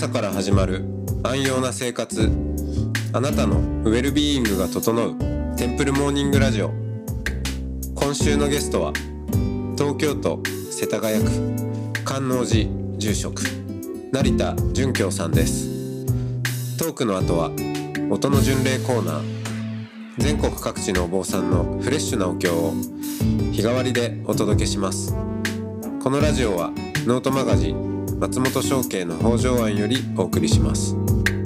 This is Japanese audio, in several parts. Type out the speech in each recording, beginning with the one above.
朝から始まる安養な生活、あなたのウェルビーイングが整うテンプルモーニングラジオ。今週のゲストは東京都世田谷区観音寺住職成田純教さんです。トークの後は音の巡礼コーナー、全国各地のお坊さんのフレッシュなお経を日替わりでお届けします。このラジオはノートマガジン松本商家の北条庵よりお送りします。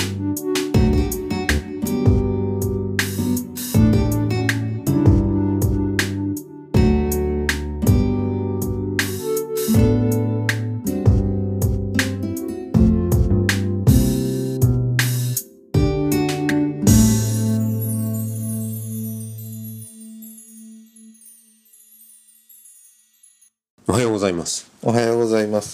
おはようございます。 おはようございます。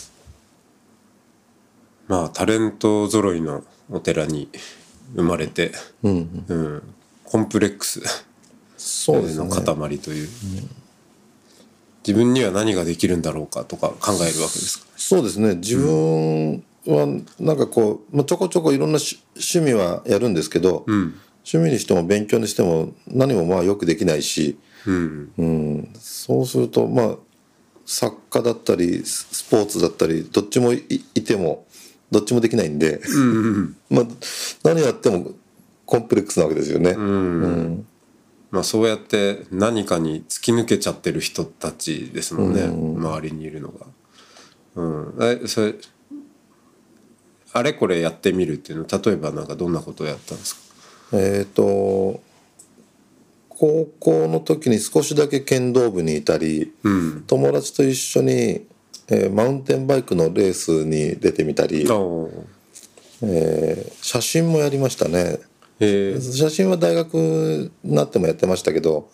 タレント揃いのお寺に生まれて、コンプレックスそうですね、 の塊という、自分には何ができるんだろうかとか考えるわけですか。 そうですね。自分はなんかこう、ちょこちょこいろんな趣味はやるんですけど、趣味にしても勉強にしても何もよくできないし、そうすると作家だったりスポーツだったりどっちも いてもどっちもできないんで、何やってもコンプレックスなわけですよね。 そうやって何かに突き抜けちゃってる人たちですもんね、周りにいるのが。それあれこれやってみるっていうのは例えばどんなことをやったんですか。 高校の時に少しだけ剣道部にいたり、友達と一緒にマウンテンバイクのレースに出てみたり、写真もやりましたね。写真は大学になってもやってましたけど、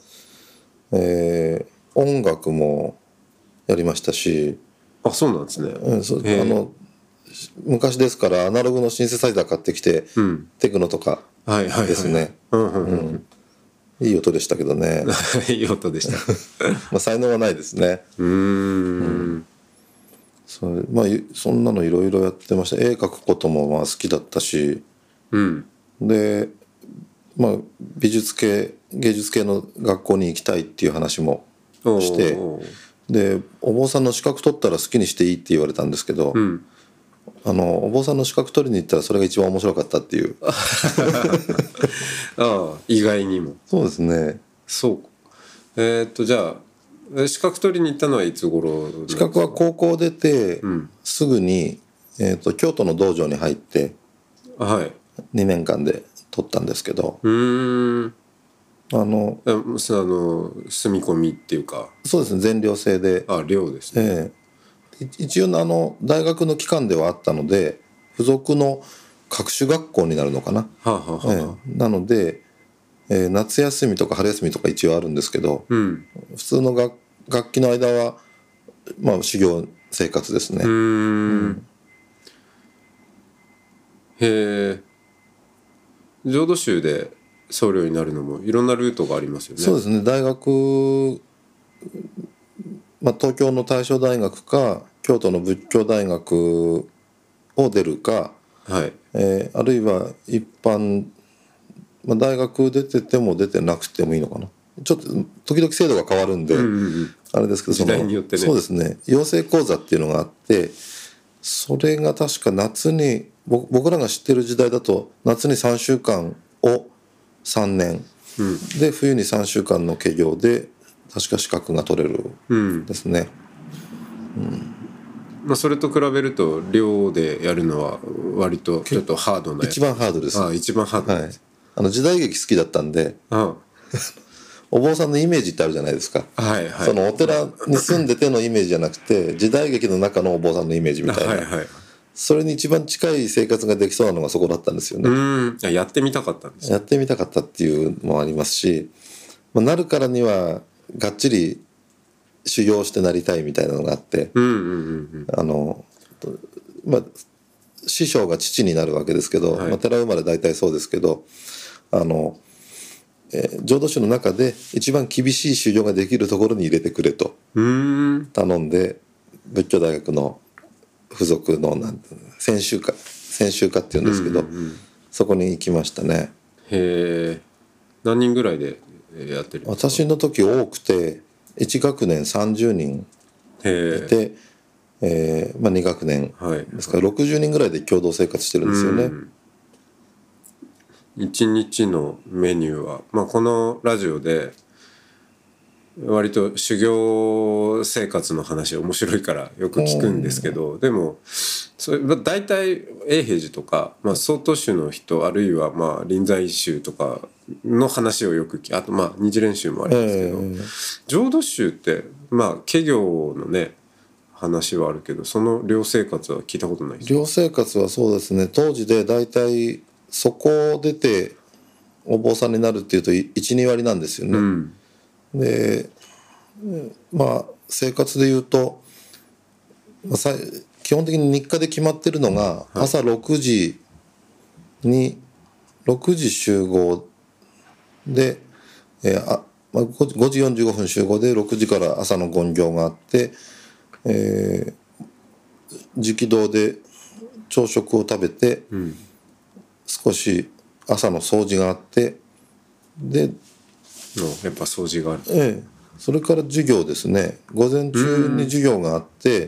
音楽もやりましたし。 あ、そうなんですね。 昔ですからアナログのシンセサイザー買ってきて、テクノとかですね。いい音でしたけどね。 いい音でした。 才能はないですね。そんなのいろいろやってました。絵描くことも好きだったし、で美術系芸術系の学校に行きたいっていう話もして、でお坊さんの資格取ったら好きにしていいって言われたんですけど、お坊さんの資格取りに行ったらそれが一番面白かったっていう意外にもそうですね。 そうじゃあ資格取りに行ったのはいつ頃ですか。 資格は高校出て、すぐに、京都の道場に入って、2年間で取ったんですけど、 住み込みっていうか。 そうですね、全寮制で。 寮ですね。 一応大学の期間ではあったので付属の各種学校になるのかな。なので、夏休みとか春休みとか一応あるんですけど、普通の学期の間は修行生活ですね。 へえ。浄土宗で僧侶になるのもいろんなルートがありますよね。 そうですね。大学、東京の大正大学か京都の仏教大学を出るか、あるいは一般、大学出てても出てなくてもいいのかな。ちょっと時々制度が変わるんで、あれですけど、 時代によってね。 そうですね、養成講座っていうのがあって、それが確か夏に僕らが知ってる時代だと夏に3週間を3年、で冬に3週間の懸業で確か資格が取れるですね。 それと比べると寮でやるのは割とちょっとハードなやつ。 一番ハードです。 一番ハードです。 時代劇好きだったんで、お坊さんのイメージってあるじゃないですか。そのお寺に住んでてのイメージじゃなくて時代劇の中のお坊さんのイメージみたいな、それに一番近い生活ができそうなのがそこだったんですよね。 やってみたかったんです。 やってみたかったっていうのもありますし、なるからにはがっちり修行してなりたいみたいなのがあって、師匠が父になるわけですけど、寺生まれ大体そうですけど、浄土宗の中で一番厳しい修行ができるところに入れてくれと頼んで、仏教大学の付属の専修科専修科っていうんですけど、そこに行きましたね。 へえ。何人ぐらいでやってるんですか？ 私の時多くて1学年30人いて、2学年ですから60人ぐらいで共同生活してるんですよね。 一日のメニューは、このラジオで割と修行生活の話面白いからよく聞くんですけど、でもそれ大体永平寺とか、曹洞宗の人あるいは臨済宗とかの話をよくあと日蓮宗もありますけど、浄土宗って華業のね話はあるけど、その寮生活は聞いたことないですか？ 寮生活はそうですね、当時で大体そこを出てお坊さんになるっていうと 1,2 割なんですよね。で生活でいうと、基本的に日課で決まってるのが、朝6時集合で、5時45分集合で6時から朝の勤行があって、直堂で朝食を食べて、少し朝の掃除があって、でやっぱ掃除がある。 それから授業ですね。午前中に授業があって、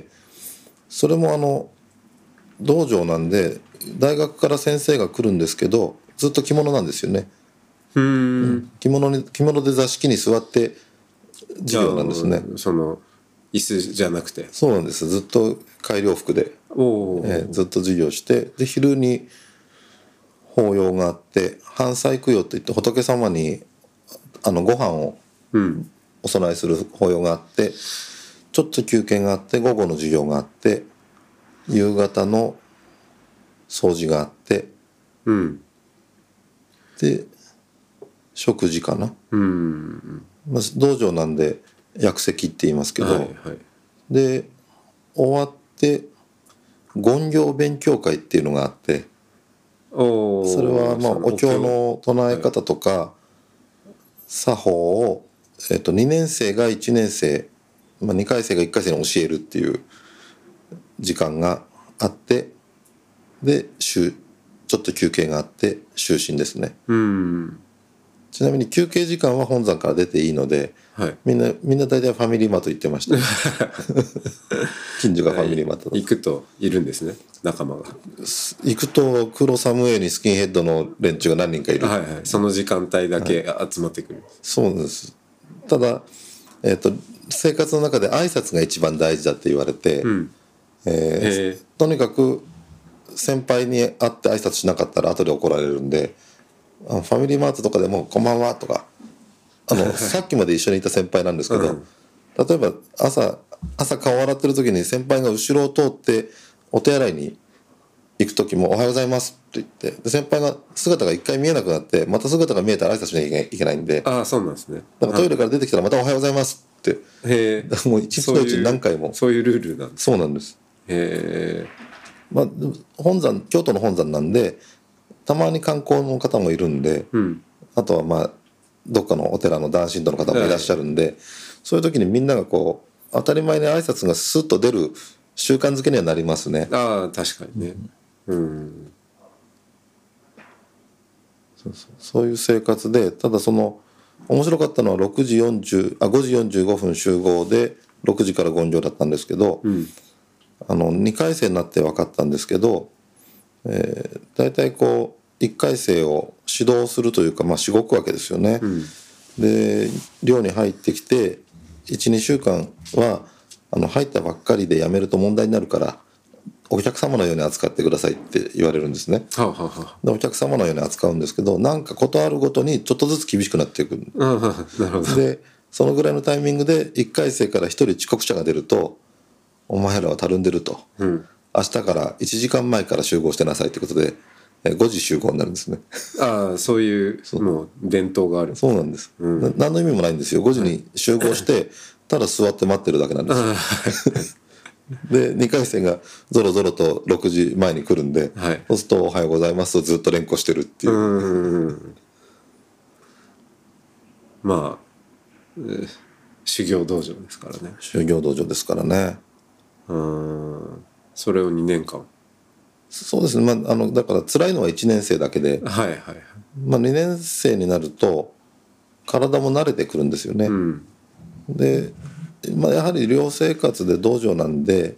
それも道場なんで大学から先生が来るんですけど、ずっと着物なんですよね。着物で座敷に座って授業なんですね。 その椅子じゃなくて。 そうなんです。ずっと改良服で、ずっと授業して、で昼に法要があって、飯祭供養といって仏様にご飯をお供えする法要があって、ちょっと休憩があって、午後の授業があって、夕方の掃除があって、で食事かな。道場なんで薬石って言いますけど、で終わって勤行勉強会っていうのがあって、それはお経の唱え方とか作法を、2年生が1年生、2回生が1回生に教えるっていう時間があって、でちょっと休憩があって就寝ですね。ちなみに休憩時間は本山から出ていいので、みんな大体ファミリーマート行ってました近所がファミリーマート、 行くといるんですね、仲間が。 行くと黒サムウェイにスキンヘッドの連中が何人かいる。 その時間帯だけ集まってくる。 そうです。ただ、生活の中で挨拶が一番大事だって言われて、とにかく先輩に会って挨拶しなかったら後で怒られるんで、ファミリーマートとかでも「こんばんは」とか、さっきまで一緒にいた先輩なんですけど、例えば朝顔洗ってる時に先輩が後ろを通ってお手洗いに行く時も「おはようございます」って言って、で先輩が姿が一回見えなくなって、また姿が見えたら挨拶しなきゃいけないんで、 そうなんですね。 だからトイレから出てきたらまた「おはようございます」って、もう一日のうちに何回も。 そういうルールなんです。 そうなんです。京都の本山なんでたまに観光の方もいるんで、あとはどっかのお寺の男神道の方もいらっしゃるんで、そういう時にみんながこう当たり前に挨拶がスッと出る習慣づけにはなりますね。 確かにね。 そういう生活で、ただ面白かったのは5時45分集合で6時から勤行だったんですけど、2回生になって分かったんですけど、大体こう1回生を指導するというか、しごくわけですよね。で寮に入ってきて 1,2 週間は入ったばっかりで辞めると問題になるからお客様のように扱ってくださいって言われるんですね。でお客様のように扱うんですけど、なんか事あるごとにちょっとずつ厳しくなっていく。でそのぐらいのタイミングで1回生から1人遅刻者が出ると「お前らはたるんでる」と。明日から1時間前から集合してなさいということで5時集合になるんですね。 そういうもう伝統がある。 そうなんです。何の意味もないんですよ。5時に集合してただ座って待ってるだけなんです。で2回生がぞろぞろと6時前に来るんで、そうすると「おはようございます」とずっと連呼してるっていう。 修行道場ですからね。 修行道場ですからね。 それを2年間。 そうですね、だから辛いのは1年生だけで、 はいはいはい。 2年生になると体も慣れてくるんですよね。で、やはり寮生活で道場なんで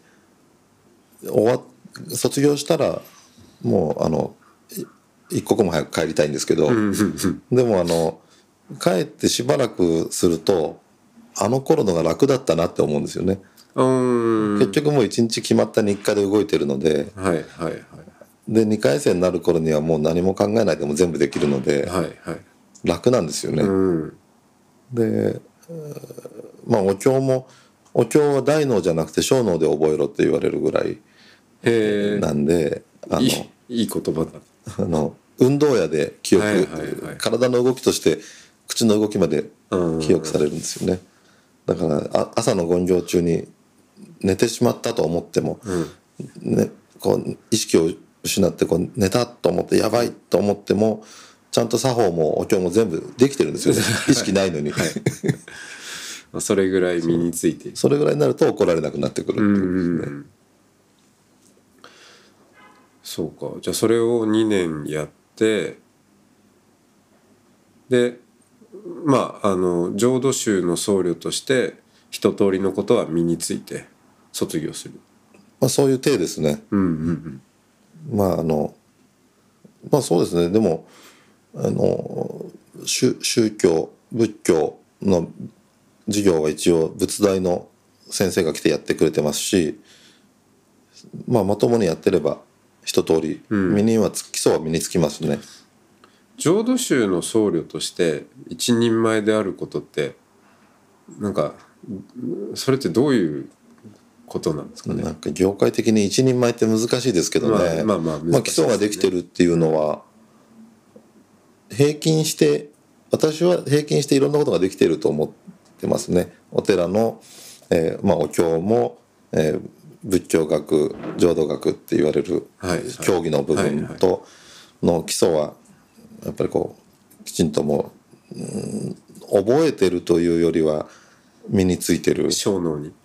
卒業したらもう一刻も早く帰りたいんですけど、でも帰ってしばらくするとあの頃のが楽だったなって思うんですよね。結局もう1日決まった日課で動いてるので、 はいはいはい。 で2回生になる頃にはもう何も考えないでも全部できるので、 はいはい。 楽なんですよね。で、お経は大脳じゃなくて小脳で覚えろって言われるぐらいなんで、 いい言葉だ。 運動やで記憶、 はいはいはい、 体の動きとして口の動きまで記憶されるんですよね。だから朝の勤行中に寝てしまったと思っても、こう意識を失ってこう寝たと思ってやばいと思ってもちゃんと作法もお経も全部できてるんですよね。意識ないのに、はい、 それぐらい身についてそれぐらいになると怒られなくなってくるっていうですね。 そうか。じゃあそれを2年やってで浄土宗の僧侶として一通りのことは身について卒業する。 そういう体ですね。そうですね。でも宗教仏教の授業は一応仏大の先生が来てやってくれてますし、まともにやってれば一通り基礎は身につきますね。 浄土宗の僧侶として一人前であることってなんかそれってどういうことなんですかね。 なんか業界的に一人前って難しいですけどね。基礎ができてるっていうのは私は平均していろんなことができていると思ってますね。お寺の、お経も、仏教学浄土学って言われる教義の部分との基礎はやっぱりこうきちんと覚えてるというよりは身についてる。 小脳に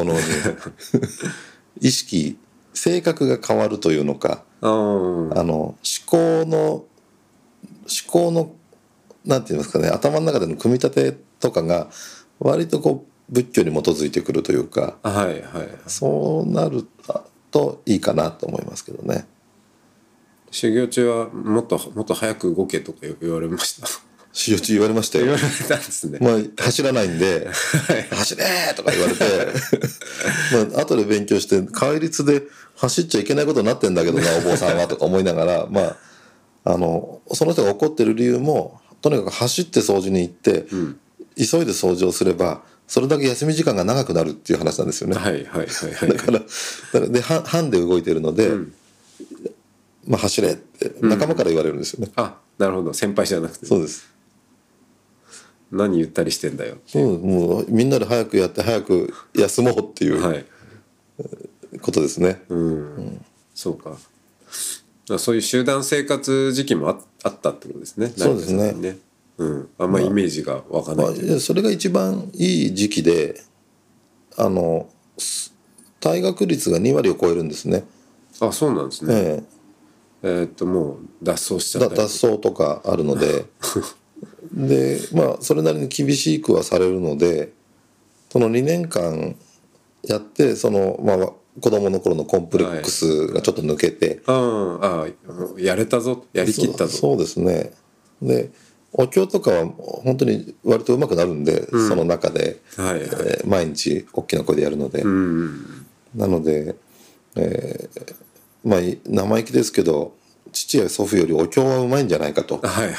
意識性格が変わるというのか、思考のなんて言いますかね、頭の中での組み立てとかが割とこう仏教に基づいてくるというか、そうなるといいかなと思いますけどね。 修行中はもっと早く動けとか言われました。 修行中言われましたよ。 言われたんですね。 走らないんで走れとか言われて後で勉強して戒律で走っちゃいけないことになってんだけどなお坊さんはとか思いながらその人が怒ってる理由もとにかく走って掃除に行って、急いで掃除をすればそれだけ休み時間が長くなるっていう話なんですよね。だからで班で動いてるので、走れって仲間から言われるんですよね。 なるほど。先輩じゃなくて。 そうです。 何言ったりしてんだよ。 もうみんなで早くやって早く休もうっていう、ことですね。 そうか。そういう集団生活時期もあったってことですね。 そうですね。 あんまイメージが湧かない。 それが一番いい時期で退学率が2割を超えるんですね。 そうなんですね。もう脱走しちゃったり脱走とかあるのででそれなりに厳しくはされるのでその2年間やって子供の頃のコンプレックスがちょっと抜けて、 やれたぞやりきったぞ。 そうですね。でお経とかは本当に割とうまくなるんで、その中で、毎日大きな声でやるので、なので、生意気ですけど父や祖父よりお経はうまいんじゃないかと。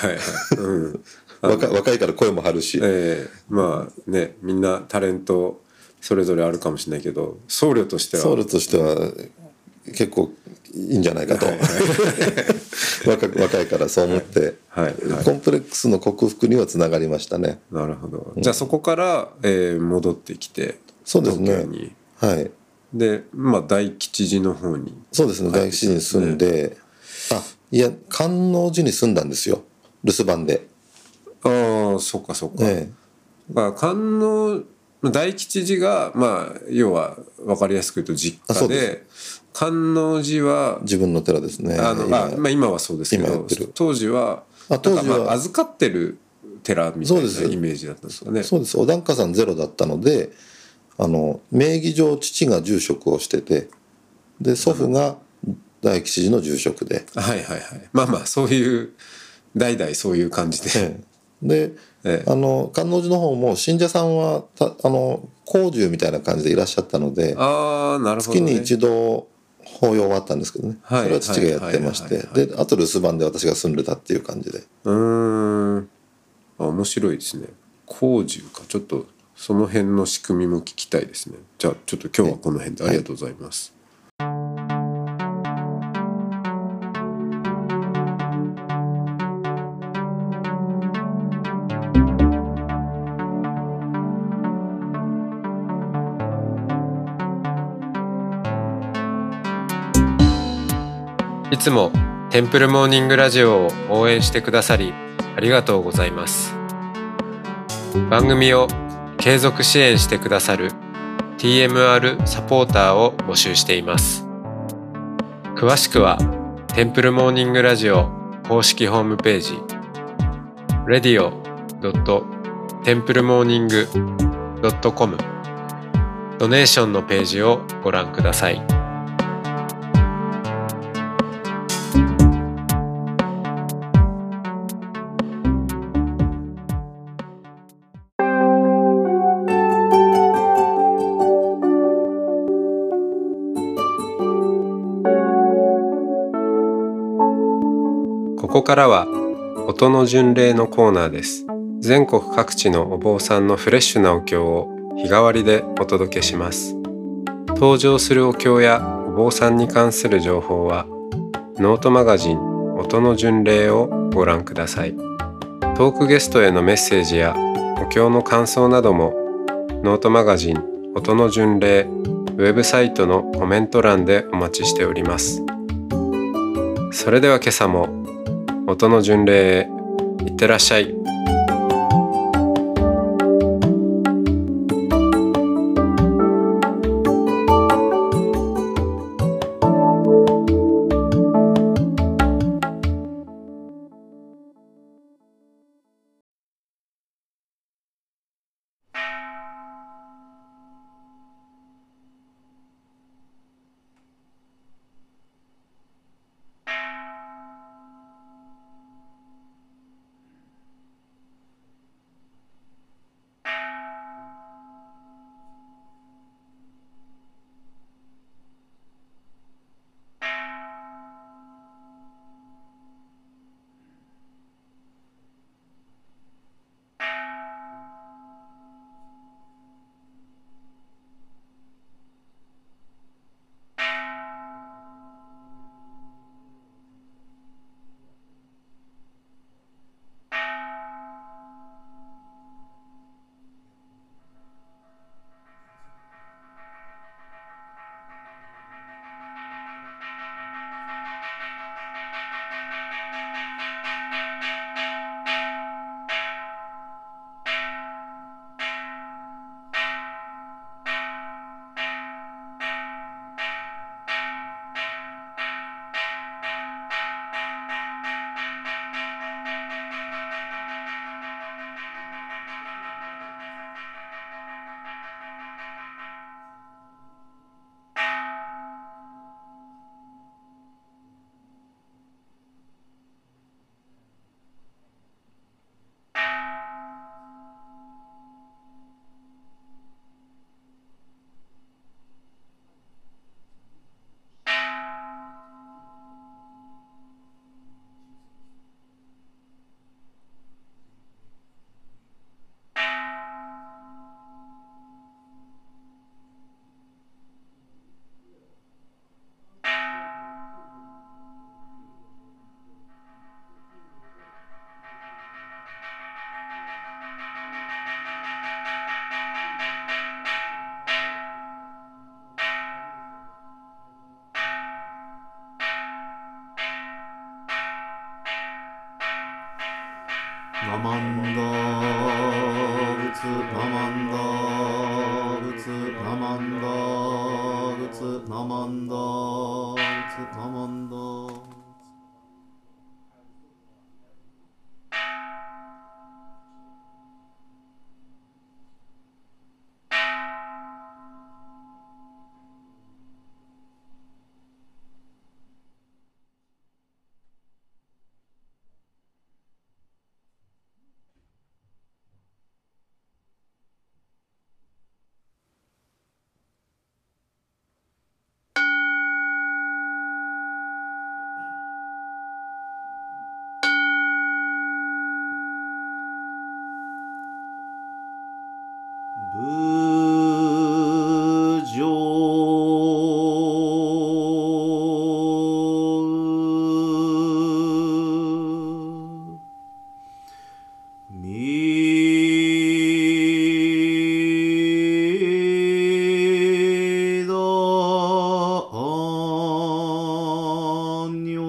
若いから声も張るし、 みんなタレントそれぞれあるかもしれないけど僧侶としては結構いいんじゃないかと若いからそう思って、コンプレックスの克服にはつながりましたね。 なるほど。じゃあそこから、戻ってきてそうですね。 で大吉寺の方にそうですね。大吉寺に住んで観音寺に住んだんですよ、留守番で。 そうか。観音大吉寺が要は分かりやすく言うと実家で観音寺は自分の寺ですね。 今はそうですけど、当時は預かってる寺みたいなイメージだったんですかね。 そうです。お檀家さんゼロだったので、名義上父が住職をしてて、で祖父が大吉寺の住職で、 はいはいはい、まあまあそういう代々そういう感じで、 で、観音寺の方も信者さんは工事みたいな感じでいらっしゃったので、 なるほどね、 月に一度法要はあったんですけどね、それは父がやってまして、であと留守番で私が住んでたっていう感じで。 面白いですね。工事か、ちょっとその辺の仕組みも聞きたいですね。じゃあちょっと今日はこの辺でありがとうございます。いつもテンプルモーニングラジオを応援してくださりありがとうございます。番組を継続支援してくださる TMR サポーターを募集しています。詳しくはテンプルモーニングラジオ公式ホームページ radio.templemorning.com ドネーションのページをご覧ください。ここからは音の巡礼のコーナーです。全国各地のお坊さんのフレッシュなお経を日替わりでお届けします。登場するお経やお坊さんに関する情報はノートマガジン音の巡礼をご覧ください。トークゲストへのメッセージやお経の感想などもノートマガジン音の巡礼ウェブサイトのコメント欄でお待ちしております。それでは今朝も音の巡礼へいってらっしゃい。 ナマンダー仏ナマンダー仏ナマンダー仏つなまんだつなまんだ無常みだにょ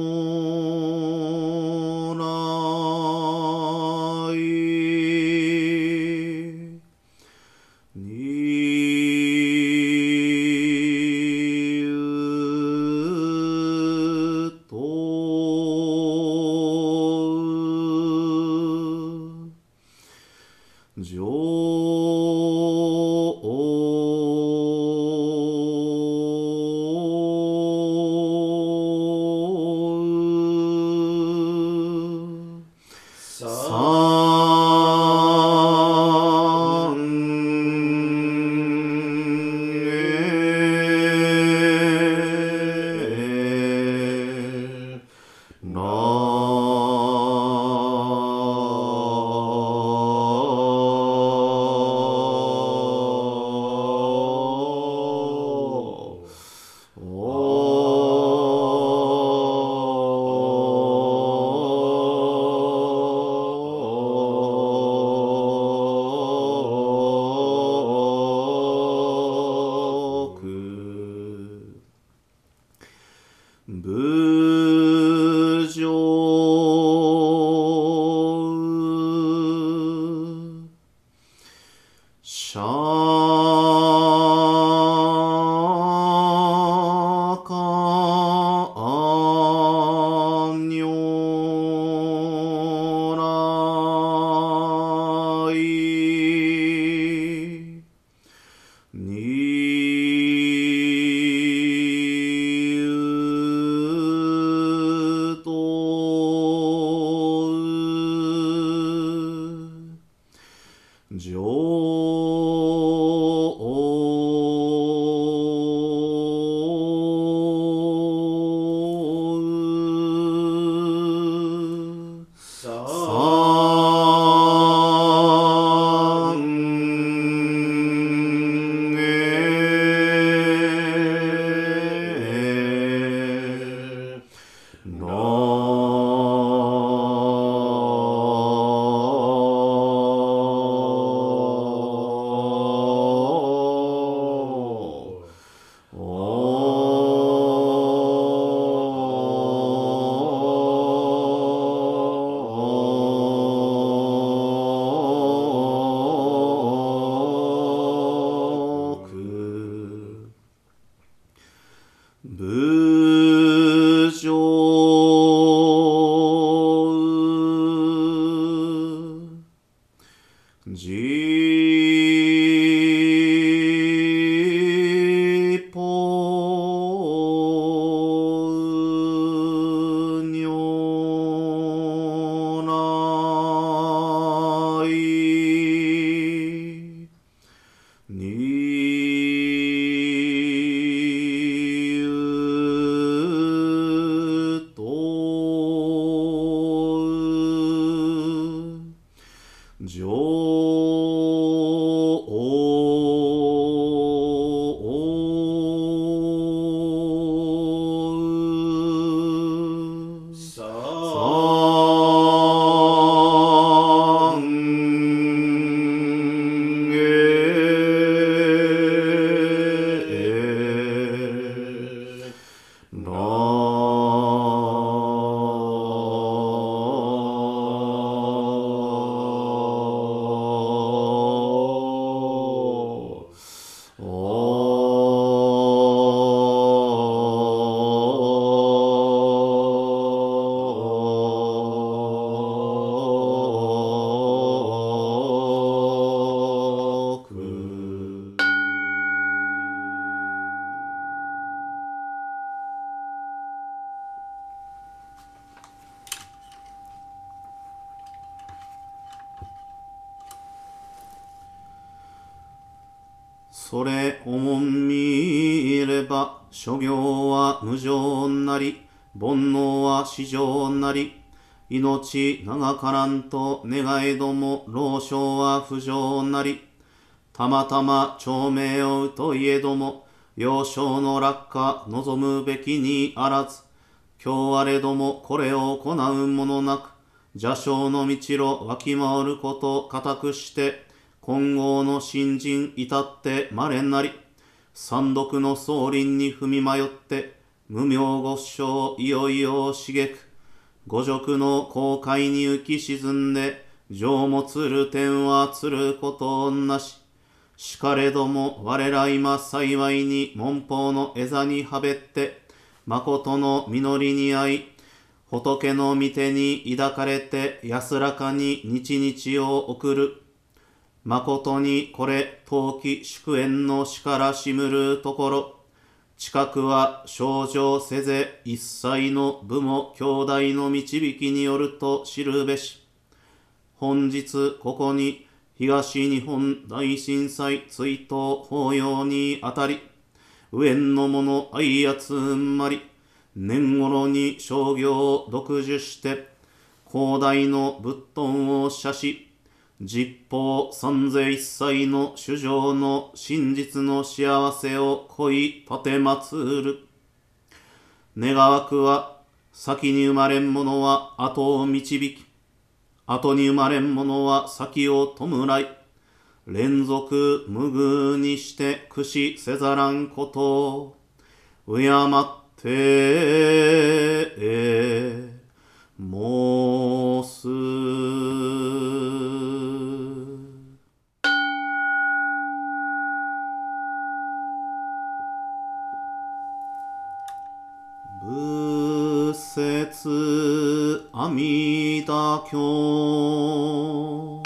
ないにうと無常シャカアンニョライにうと無常ジポニョナイにうとそれをもん見れば、諸行は無常なり、煩悩は至上なり、命長からんと願えども、老少は不浄なり、たまたま長命をうといえども、幼少の落下望むべきにあらず、今日あれどもこれを行うものなく、邪生の道路わきまわること固くして、今後の新人至って稀なり、三毒の総林に踏み迷って、無名ご唱いよいよ茂く、五辱の航海に浮き沈んで、情もつる点はつることなし。しかれども我ら今幸いに門法の枝にはべって、誠の実りに合い、仏の御手に抱かれて安らかに日々を送る。誠にこれ冬季祝宴のしからしむるところ、近くは症状せぜ一切の部も兄弟の導きによると知るべし。本日ここに東日本大震災追悼法要にあたり、上の者愛集まり、年頃に商業を独樹して、広大の仏頓を写し、実法三世一切の主情の真実の幸せを恋立てまつる。願わくは、先に生まれん者は後を導き、後に生まれん者は先を弔い、連続無偶にして駆使せざらんことを、敬って申す。仏説阿弥陀経。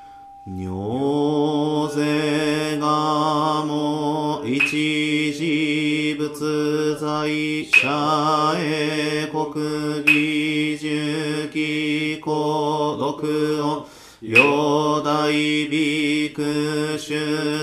如是がも一時仏在者へ国義重機孤独を四大ビク主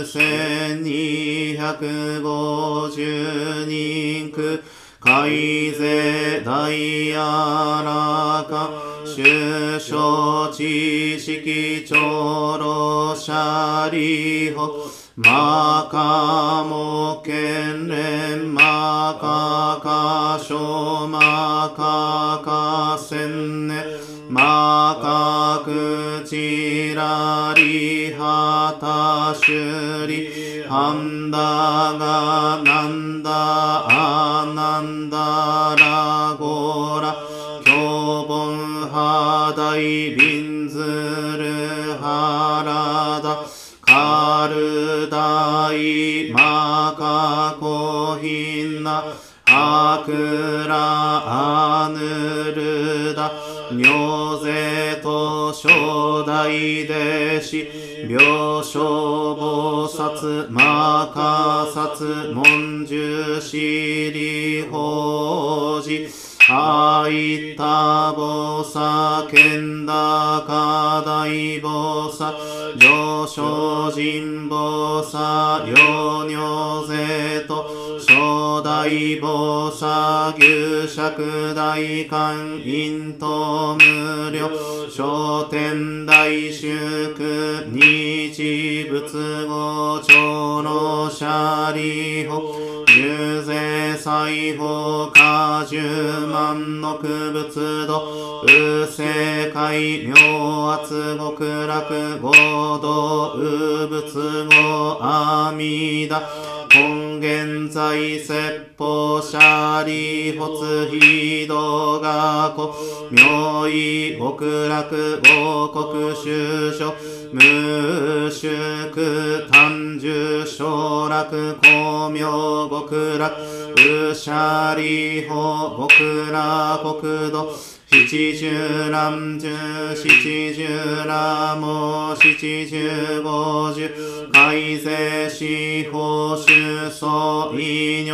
1250人区海税大あらか主所知識長老者利法マカモ県連マカカショマカカセンネマカクチラリハタシュリハンダガナンダアナンダラゴラキョボンハダイビンズルハラダカルダイマカコヒナアクラアヌルダ如是と初代弟子病床菩薩マカサツ文殊師利法寺アイタ菩薩ケンダカダイ菩薩上昇人菩薩ヨニョゼと初代菩薩牛釈大観音と無量昇天大祝日仏語長老者利法十世裁法果十万の苦仏道右世界妙圧極楽合道右仏語阿弥陀根現在説法者利発非道学古妙意極楽合国修所無宿単樹昇楽光明極楽右者利法極楽国土七十乱十七十羅網七十五十海税司法主総異女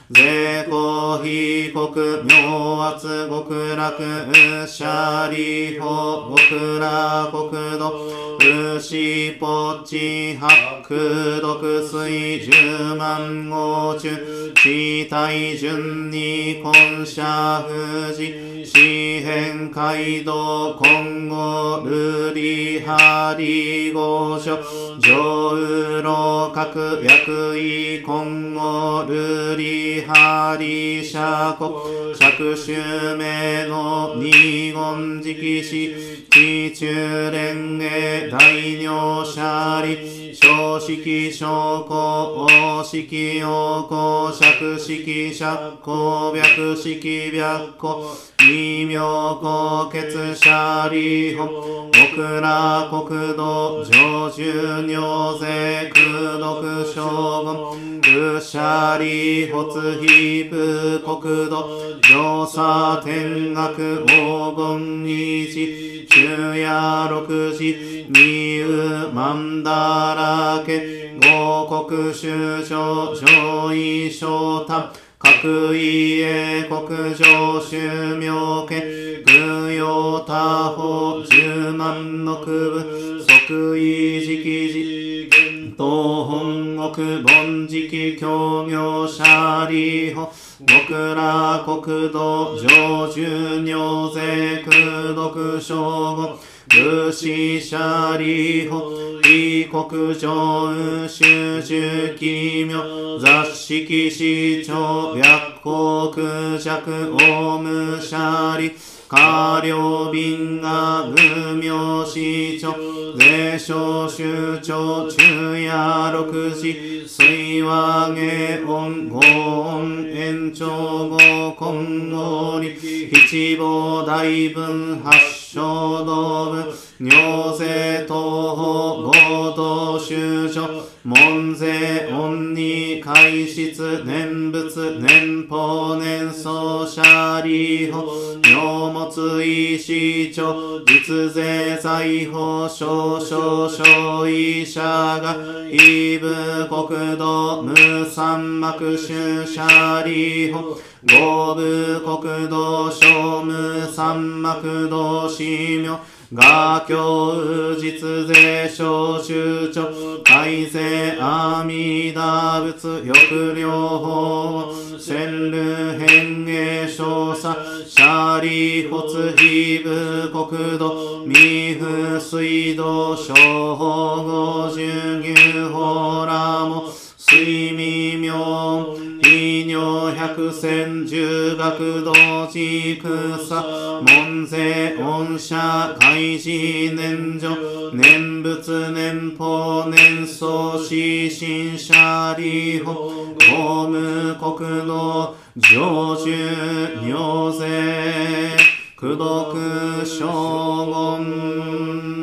税公被告明圧極楽舎利法極楽国土牛ポチ白毒水十万号中地体順に根社富士四辺街道今後瑠璃ハリ五所上右老各役位今後瑠璃ハリ社国釈州名の二言直視地中連芸大尿舎利小式小公大式陽公釈式釈公白式白公異名公血舎利法極楽国土上州尿税空毒将軍空舎利発非部国土上沙天学黄金二時昼夜六時二右万だらけ五国州上上位昇丹各位英国上州名家軍用他方十万の区分即位直時東本国凡直教名舎利法極楽国土上州尿税空毒将軍武士舎利法異国上州州奇妙雑式市長白光空尺オウム舎利下領便が無名市長税商州長昼夜六時水和下音五音延長五今後に七宝大分八正道部尿税東方合同州所門税恩に開室念仏年法年相舎利法尿物医師長実税財法少々小医者が異部国土無三幕州舎利法五部国土小無三幕土司名画教実税小州長改正阿弥陀仏抑量法線路変化少佐舎利発非部国土未付水道小法五十牛法ラモ水未明異尿百戦十学道地草門税恩社開示年女念仏年法年相死新舎利法公務国土上州尿税功徳将軍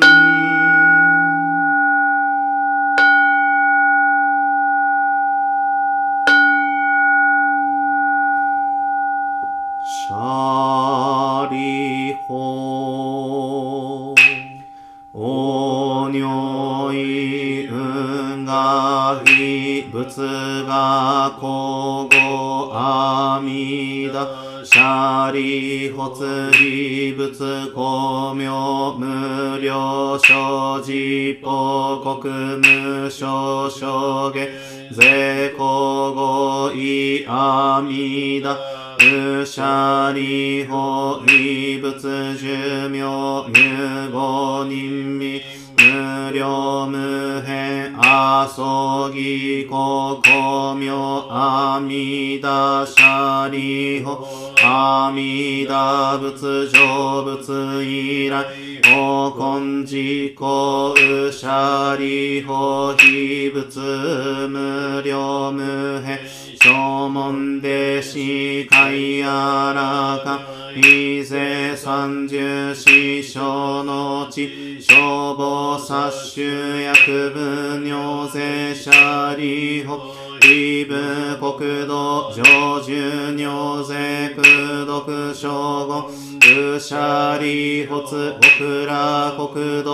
舎利法お如意運が非仏が皇后阿弥陀舎利発非仏公明無料諸実法国無償諸下税公語意阿弥陀舎利法異仏寿命入五人味無量無辺阿僧義公公明阿弥陀舎利法阿弥陀仏成仏以来お根自公舎利法非仏無量無辺正門弟子海あらか異税三十四小の地消防殺種薬分尿税舎利法異部国土上州尿税功徳将軍舎利発極楽国土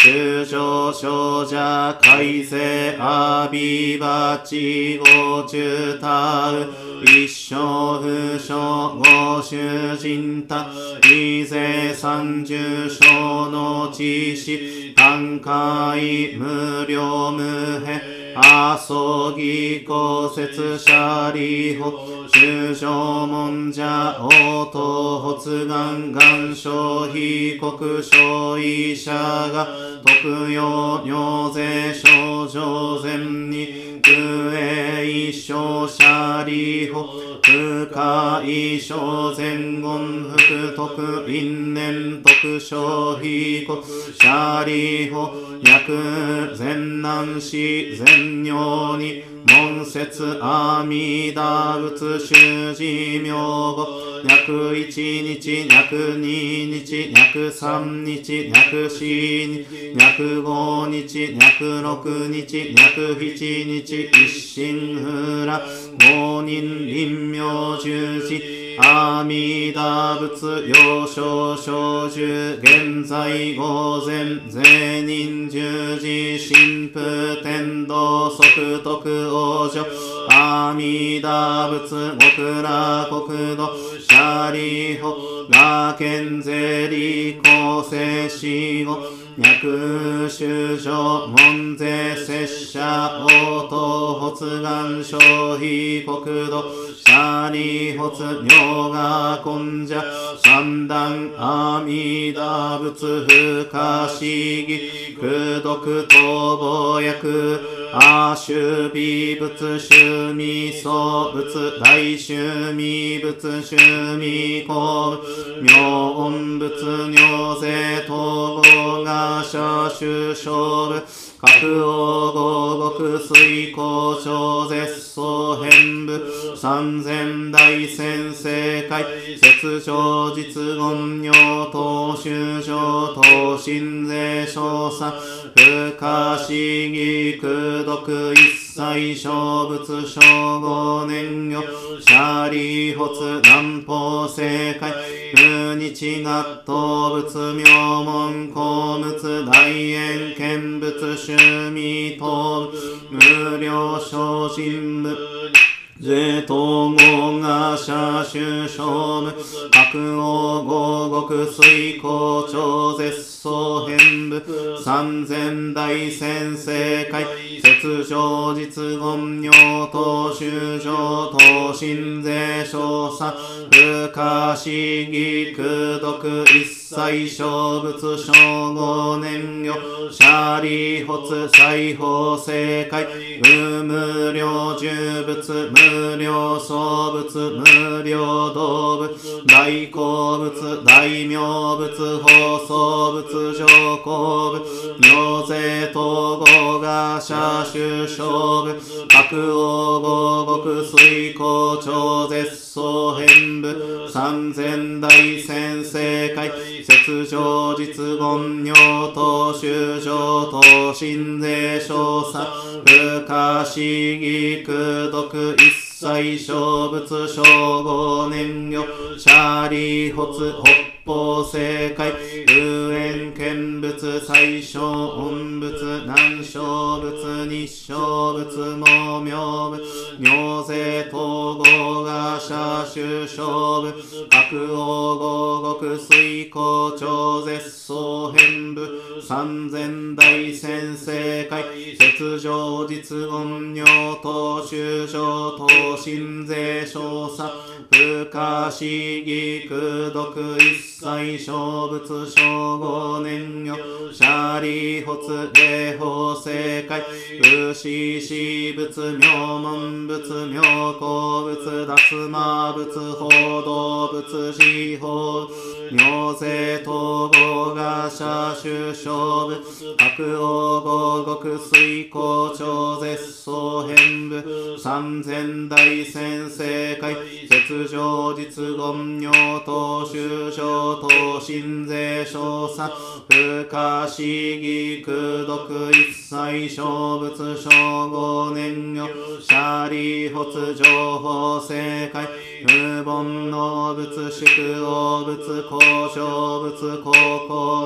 修正少者改正阿鼻バチゴ中タウ一生不生五主人他異税三十章の知識単解無料無辺阿蘇義公説者理法修正文者応答発願願書被告書医者が特用尿税症状前に空営一生者理法不可一生前言福徳因年特書被告者理法薬前難死前尿に門説阿弥陀仏修持名語約一日約二日約三日約四日約五日約六日約七日一心不乱五人臨妙十字阿弥陀仏幼少小寿現在午前税人十字神父天道即徳王女阿弥陀仏極楽国土舍利法羅賢税理公正死後脈修正門税拙者応答発願消費国土舍利発妙が根者三段阿弥陀仏不可思議功徳逃亡薬阿修美仏修味僧仏大修味仏修味公妙音仏尿税統合が社修勝部各王合国水校長絶相変部三千大先生会節上実言尿等修正等心税少佐不可思議功徳一切小仏小五年魚舍利発南方正解無日学頭仏妙門公仏大円見仏趣味等無料小人部税統合が社修勝部各王合国水校長絶相変部三千大先生会節上実言尿等修正等心税少佐不可思議功徳一切小仏小五年魚舍利発裁縫正解無料重仏無料創仏無料動物大好物大名物放送物上皇物尿税統合が社修勝部各王合国水校長絶相変部三千大先生会節上実言尿等修正等心税少佐不可思議功徳一切小仏小五年魚舍利発北方正解有縁見仏最小音仏南小仏日小仏無名仏尿税統合が社修勝部各王合国水校長絶相変部三千大先生会節上実言尿等修正等心税少佐不可思議功徳一切小仏小五年魚舍利発霊法正解牛死仏妙門仏妙高仏脱魔仏報道仏司法尿税統合が社修勝部各王合国水校長絶相変部三千大先生会節上実言尿等修正等心税少佐不可思議功徳一切小仏小五年魚舍利発情報正解無煩悩仏宿王仏交渉仏高校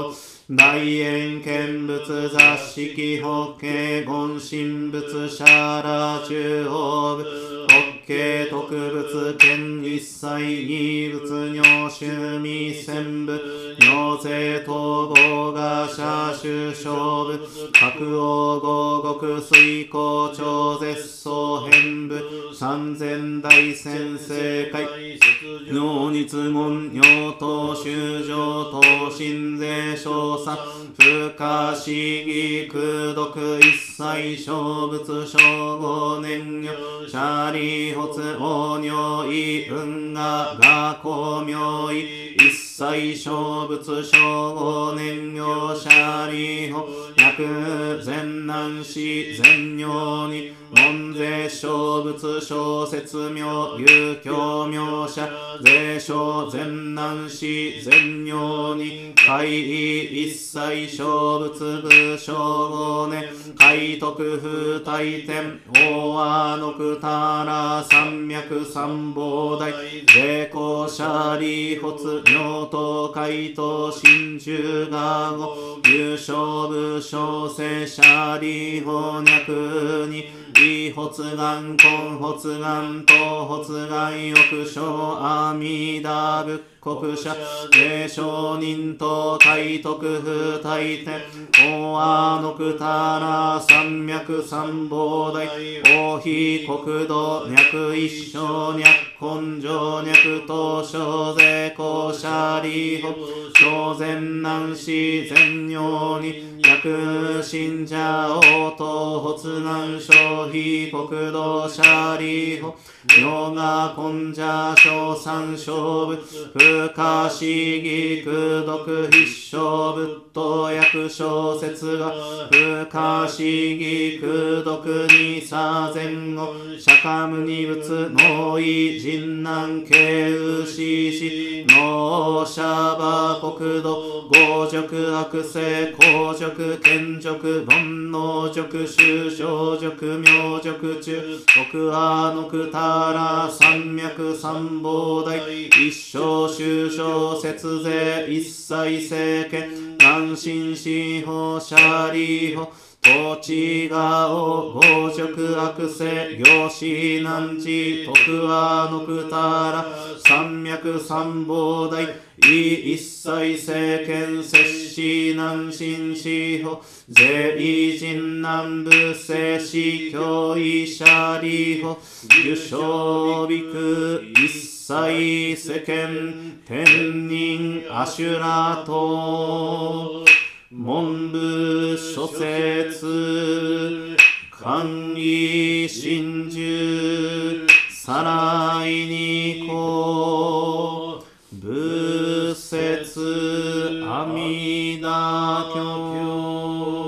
大円見物雑式法華言神仏シャラ中央部法華特仏見一切二仏如趣味千部如税統合が社主勝部白王合国水光超絶相変部三千大先生会如日言如等修上等心税小三不可思議空毒一切小仏小五年行シャリ発王如意運河が光明意一切小仏小五年行シャリ法薬善難死善尿に門税小仏小説明有教明者税小善難死善尿に会意一切小仏部小五年海徳風大天大和のくたら三脈三宝大税公シャリ発妙と海と真珠が語優勝部小生シャリ法脈に異発願根発願と発願欲生阿弥陀仏国者霊承人と海徳風大天大和のくたら三脈三宝大大非国土脈一生脈根性脈東小税公シャリ法小善難死善尿に薬信者応答発願消費国土シャリ法ヨガ根者小三小部不可思議空毒必勝仏道薬小説が不可思議空毒に左前後釈迦牟尼仏能意人難慶右死死能シャバ国土五辱悪性公辱賢辱煩悩辱修正辱明辱中国阿のくたら三脈三宝大一生修正節税一切政権南進司法シャリ法土地がお五辱悪性行師難地徳阿のくたら三脈三宝大一切政権摂氏難進司法税人南部摂氏教位シャリ法受賞美空一切世間天人アシュラト文部諸説官位真珠さらいにこ仏説阿弥陀経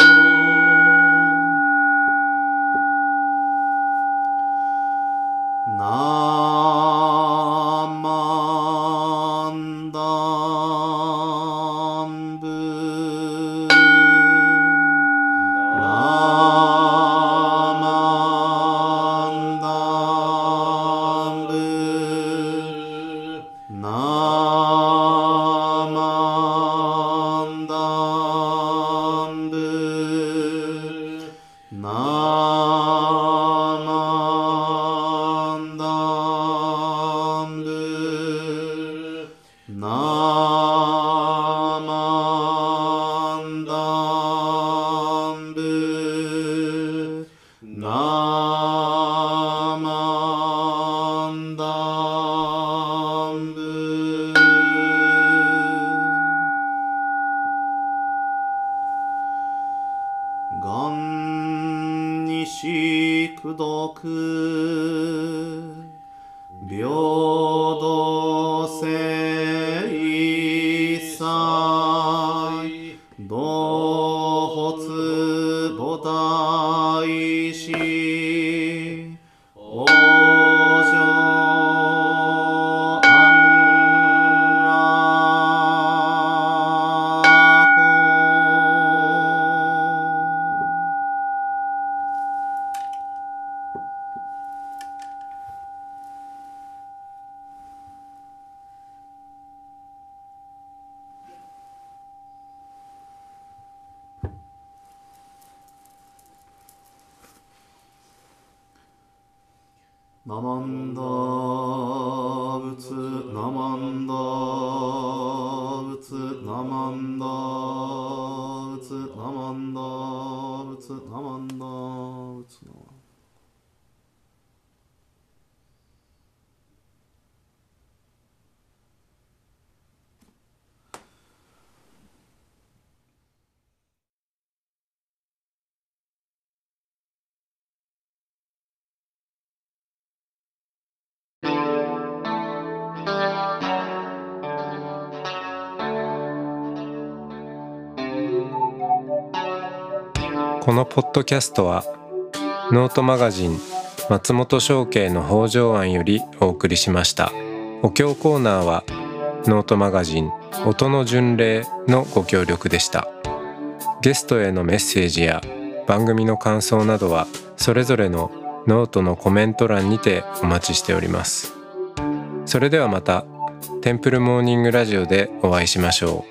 ナマンダンブナマンダンブナマンダンブ願にし功徳平等性一切同発菩提心往生安楽ナマンダ仏ナマンダ仏ナマンダ仏ナマンダ仏ナマンダ仏ナマンダ。 このポッドキャストはノートマガジン松本商家の北条庵よりお送りしました。お経コーナーはノートマガジン音の巡礼のご協力でした。ゲストへのメッセージや番組の感想などはそれぞれのノートのコメント欄にてお待ちしております。それではまたテンプルモーニングラジオでお会いしましょう。